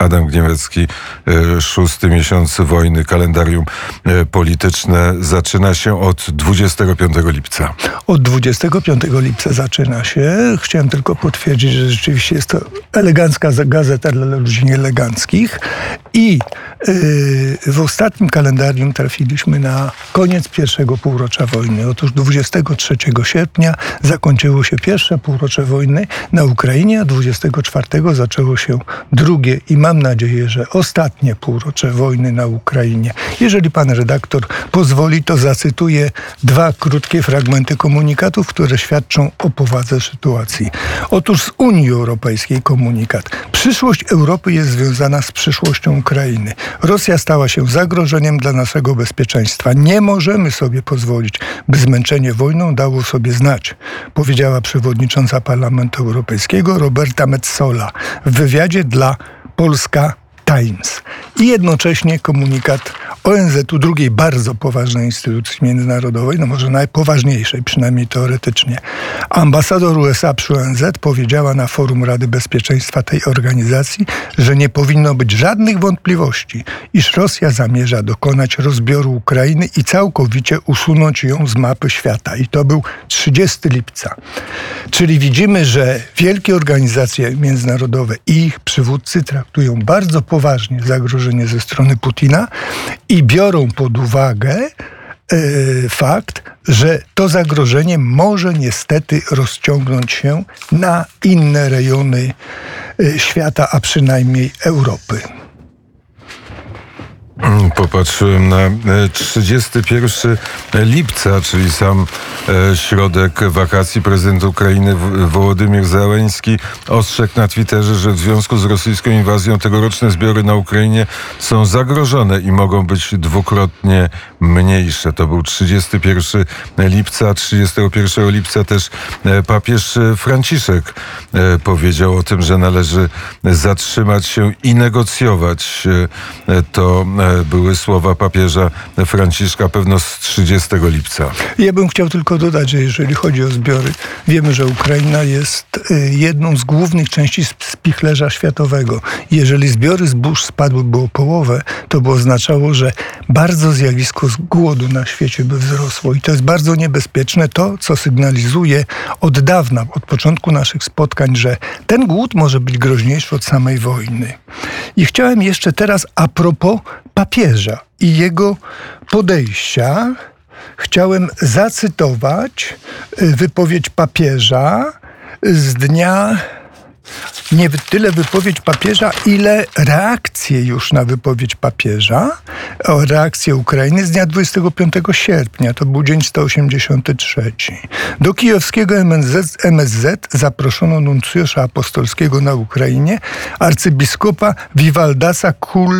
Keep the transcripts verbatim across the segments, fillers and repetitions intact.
Adam Gniewecki. Szósty miesiąc wojny, kalendarium polityczne zaczyna się od dwudziestego piątego lipca. Od dwudziestego piątego lipca zaczyna się. Chciałem tylko potwierdzić, że rzeczywiście jest to elegancka gazeta dla ludzi nieeleganckich. I yy, w ostatnim kalendarium trafiliśmy na koniec pierwszego półrocza wojny. Otóż dwudziestego trzeciego sierpnia zakończyło się pierwsze półrocze wojny na Ukrainie, a dwudziestego czwartego zaczęło się drugie i mam nadzieję, że ostatnie półrocze wojny na Ukrainie. Jeżeli pan redaktor pozwoli, to zacytuję dwa krótkie fragmenty komunikatów, które świadczą o powadze sytuacji. Otóż z Unii Europejskiej komunikat. Przyszłość Europy jest związana z przyszłością Ukrainy. Rosja stała się zagrożeniem dla naszego bezpieczeństwa. Nie możemy sobie pozwolić, by zmęczenie wojną dało sobie znać, powiedziała przewodnicząca Parlamentu Europejskiego Roberta Metsola w wywiadzie dla Polska Times. I jednocześnie komunikat O N Z u, drugiej bardzo poważnej instytucji międzynarodowej, no może najpoważniejszej, przynajmniej teoretycznie. Ambasador U S A przy O N Z powiedziała na forum Rady Bezpieczeństwa tej organizacji, że nie powinno być żadnych wątpliwości, iż Rosja zamierza dokonać rozbioru Ukrainy i całkowicie usunąć ją z mapy świata. I to był trzydziestego lipca. Czyli widzimy, że wielkie organizacje międzynarodowe i ich przywódcy traktują bardzo poważnie zagrożenie ze strony Putina i biorą pod uwagę e, fakt, że to zagrożenie może niestety rozciągnąć się na inne rejony e, świata, a przynajmniej Europy. Popatrzyłem na trzydziestego pierwszego lipca, czyli sam środek wakacji. Prezydent Ukrainy Wołodymyr Zełenski ostrzegł na Twitterze, że w związku z rosyjską inwazją tegoroczne zbiory na Ukrainie są zagrożone i mogą być dwukrotnie mniejsze. To był trzydziestego pierwszego lipca. trzydziestego pierwszego lipca też papież Franciszek powiedział o tym, że należy zatrzymać się i negocjować. To były słowa papieża Franciszka, pewno z trzydziestego lipca. Ja bym chciał tylko dodać, że jeżeli chodzi o zbiory, wiemy, że Ukraina jest jedną z głównych części spichlerza światowego. Jeżeli zbiory zbóż spadłyby o połowę, to by oznaczało, że bardzo zjawisko głodu na świecie by wzrosło. I to jest bardzo niebezpieczne. To, co sygnalizuje od dawna, od początku naszych spotkań, że ten głód może być groźniejszy od samej wojny. I chciałem jeszcze teraz a propos papieża i jego podejścia, chciałem zacytować wypowiedź papieża z dnia, nie tyle wypowiedź papieża, ile reakcje już na wypowiedź papieża, o reakcję Ukrainy z dnia dwudziestego piątego sierpnia. To był dzień sto osiemdziesiąty trzeci. Do kijowskiego M S Z zaproszono nuncjusza apostolskiego na Ukrainie, arcybiskupa Wivaldasa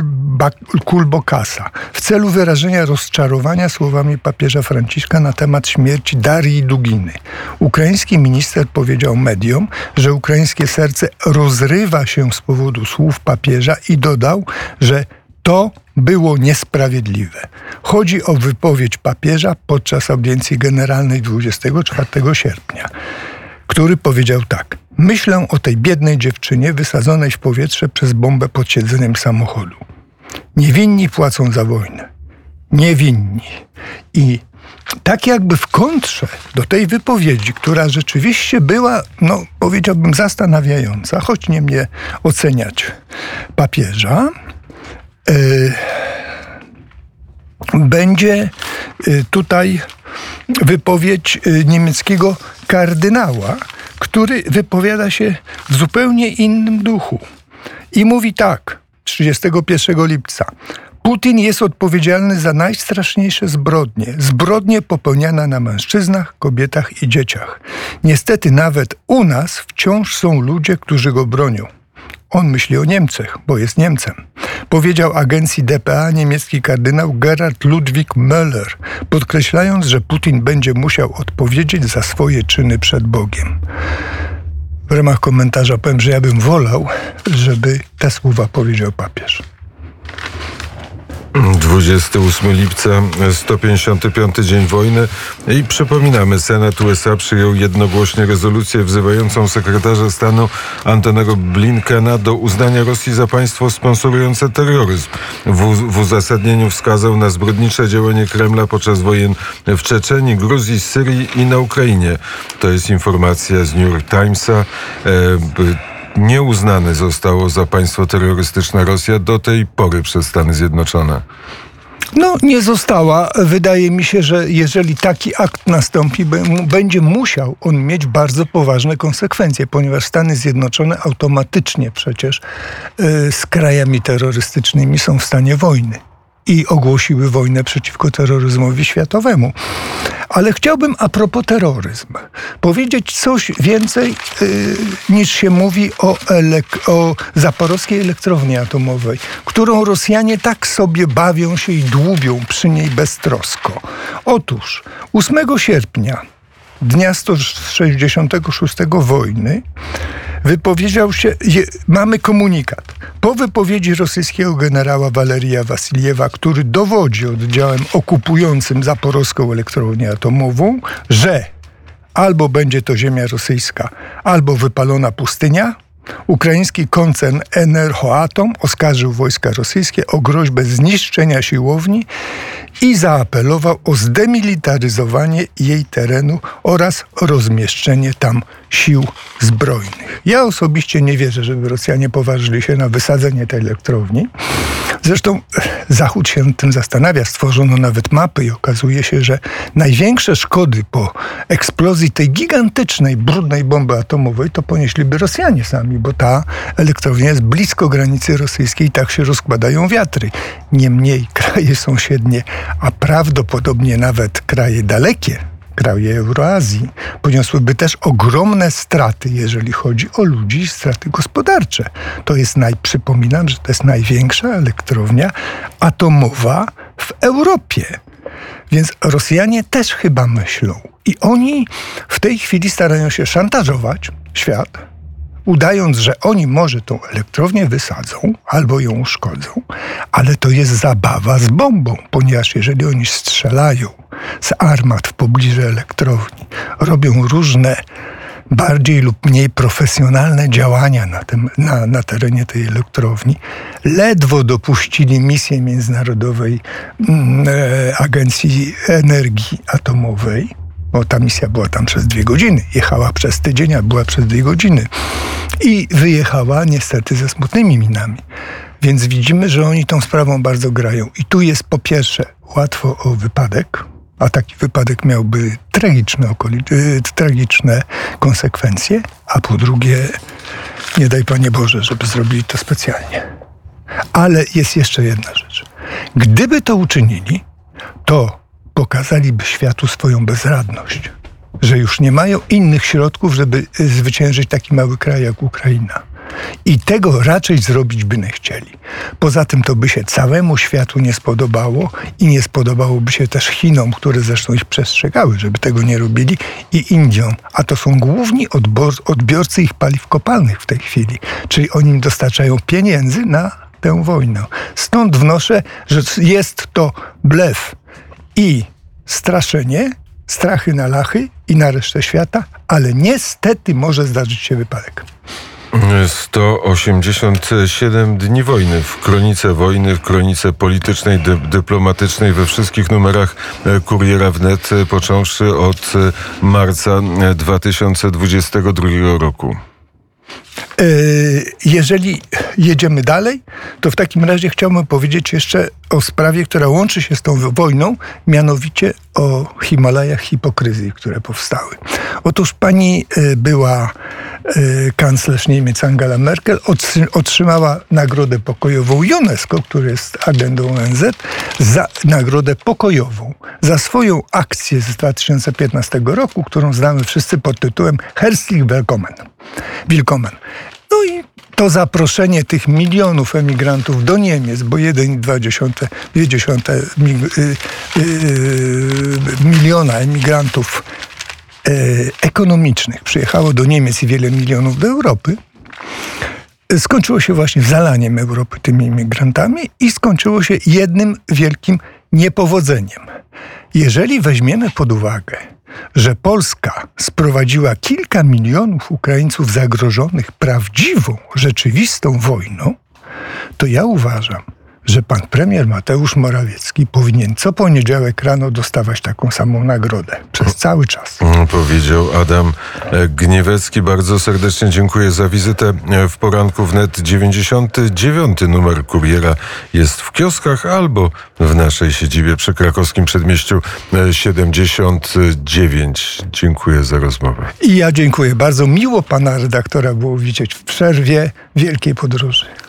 Kulbokasa, w celu wyrażenia rozczarowania słowami papieża Franciszka na temat śmierci Darii Duginy. Ukraiński minister powiedział mediom, że ukraińskie serce rozrywa się z powodu słów papieża i dodał, że to było niesprawiedliwe. Chodzi o wypowiedź papieża podczas audiencji generalnej dwudziestego czwartego sierpnia, który powiedział tak: myślę o tej biednej dziewczynie wysadzonej w powietrze przez bombę pod siedzeniem samochodu. Niewinni płacą za wojnę. Niewinni. I tak jakby w kontrze do tej wypowiedzi, która rzeczywiście była, no powiedziałbym, zastanawiająca, choć nie mnie oceniać papieża, yy, będzie yy, tutaj wypowiedź yy, niemieckiego kardynała, który wypowiada się w zupełnie innym duchu. I mówi tak, trzydziestego pierwszego lipca. Putin jest odpowiedzialny za najstraszniejsze zbrodnie. Zbrodnie popełniane na mężczyznach, kobietach i dzieciach. Niestety nawet u nas wciąż są ludzie, którzy go bronią. On myśli o Niemczech, bo jest Niemcem. Powiedział agencji D P A niemiecki kardynał Gerhard Ludwig Müller, podkreślając, że Putin będzie musiał odpowiedzieć za swoje czyny przed Bogiem. W ramach komentarza powiem, że ja bym wolał, żeby te słowa powiedział papież. dwudziestego ósmego lipca, sto pięćdziesiąty piąty dzień wojny i przypominamy, Senat U S A przyjął jednogłośnie rezolucję wzywającą sekretarza stanu Antonego Blinkena do uznania Rosji za państwo sponsorujące terroryzm. W, w uzasadnieniu wskazał na zbrodnicze działanie Kremla podczas wojen w Czeczenii, Gruzji, Syrii i na Ukrainie. To jest informacja z New York Timesa. E, Nieuznane zostało za państwo terrorystyczne Rosja do tej pory przez Stany Zjednoczone. No, nie została. Wydaje mi się, że jeżeli taki akt nastąpi, będzie musiał on mieć bardzo poważne konsekwencje, ponieważ Stany Zjednoczone automatycznie przecież y, z krajami terrorystycznymi są w stanie wojny i ogłosiły wojnę przeciwko terroryzmowi światowemu. Ale chciałbym a propos terroryzm powiedzieć coś więcej yy, niż się mówi o, elek- o zaporowskiej elektrowni atomowej, którą Rosjanie tak sobie bawią się i dłubią przy niej beztrosko. Otóż ósmego sierpnia, dnia sto sześćdziesiątego szóstego wojny, wypowiedział się, je, mamy komunikat. Po wypowiedzi rosyjskiego generała Walerija Wasiliewa, który dowodzi oddziałem okupującym zaporowską elektrownię atomową, że albo będzie to ziemia rosyjska, albo wypalona pustynia, ukraiński koncern Enerhoatom oskarżył wojska rosyjskie o groźbę zniszczenia siłowni i zaapelował o zdemilitaryzowanie jej terenu oraz rozmieszczenie tam sił zbrojnych. Ja osobiście nie wierzę, żeby Rosjanie poważyli się na wysadzenie tej elektrowni. Zresztą Zachód się nad tym zastanawia. Stworzono nawet mapy i okazuje się, że największe szkody po eksplozji tej gigantycznej, brudnej bomby atomowej to ponieśliby Rosjanie sami, bo ta elektrownia jest blisko granicy rosyjskiej i tak się rozkładają wiatry. Niemniej kraje sąsiednie, a prawdopodobnie nawet kraje dalekie, kraje Euroazji, poniosłyby też ogromne straty, jeżeli chodzi o ludzi, straty gospodarcze. To jest, naj, przypominam, że to jest największa elektrownia atomowa w Europie. Więc Rosjanie też chyba myślą. I oni w tej chwili starają się szantażować świat, udając, że oni może tą elektrownię wysadzą albo ją uszkodzą, ale to jest zabawa z bombą, ponieważ jeżeli oni strzelają z armat w pobliżu elektrowni, robią różne bardziej lub mniej profesjonalne działania na, tym, na, na terenie tej elektrowni, ledwo dopuścili misję Międzynarodowej mm, e, Agencji Energii Atomowej, bo ta misja była tam przez dwie godziny. Jechała przez tydzień, a była przez dwie godziny. I wyjechała niestety ze smutnymi minami. Więc widzimy, że oni tą sprawą bardzo grają. I tu jest po pierwsze łatwo o wypadek, a taki wypadek miałby tragiczne, okolic- y, tragiczne konsekwencje, a po drugie, nie daj Panie Boże, żeby zrobili to specjalnie. Ale jest jeszcze jedna rzecz. Gdyby to uczynili, to pokazaliby światu swoją bezradność, że już nie mają innych środków, żeby zwyciężyć taki mały kraj jak Ukraina. I tego raczej zrobić by nie chcieli. Poza tym to by się całemu światu nie spodobało i nie spodobałoby się też Chinom, które zresztą ich przestrzegały, żeby tego nie robili, i Indiom. A to są główni odbor- odbiorcy ich paliw kopalnych w tej chwili. Czyli oni im dostarczają pieniędzy na tę wojnę. Stąd wnoszę, że jest to blef i straszenie, strachy na lachy i na resztę świata, ale niestety może zdarzyć się wypadek. sto osiemdziesiąt siedem dni wojny. W kronice wojny, w kronice politycznej, dy, dyplomatycznej, we wszystkich numerach Kuriera Wnet, począwszy od marca dwa tysiące dwudziestego drugiego roku. Jeżeli jedziemy dalej, to w takim razie chciałbym powiedzieć jeszcze o sprawie, która łączy się z tą wojną, mianowicie o Himalajach hipokryzji, które powstały. Otóż pani była kanclerz Niemiec Angela Merkel otrzymała nagrodę pokojową UNESCO, która jest agendą O N Z, za nagrodę pokojową za swoją akcję z dwa tysiące piętnastego roku, którą znamy wszyscy pod tytułem Herzlich Willkommen. Willkommen. No i to zaproszenie tych milionów emigrantów do Niemiec, bo jeden przecinek dwa miliona emigrantów ekonomicznych przyjechało do Niemiec i wiele milionów do Europy, skończyło się właśnie zalaniem Europy tymi imigrantami i skończyło się jednym wielkim niepowodzeniem. Jeżeli weźmiemy pod uwagę, że Polska sprowadziła kilka milionów Ukraińców zagrożonych prawdziwą, rzeczywistą wojną, to ja uważam, że pan premier Mateusz Morawiecki powinien co poniedziałek rano dostawać taką samą nagrodę przez cały czas. Powiedział Adam Gniewecki. Bardzo serdecznie dziękuję za wizytę w poranku wnet. dziewięćdziesiąty dziewiąty numer Kuriera jest w kioskach albo w naszej siedzibie przy krakowskim przedmieściu siedemdziesiąt dziewięć. Dziękuję za rozmowę. I ja dziękuję bardzo. Miło pana redaktora było widzieć w przerwie wielkiej podróży.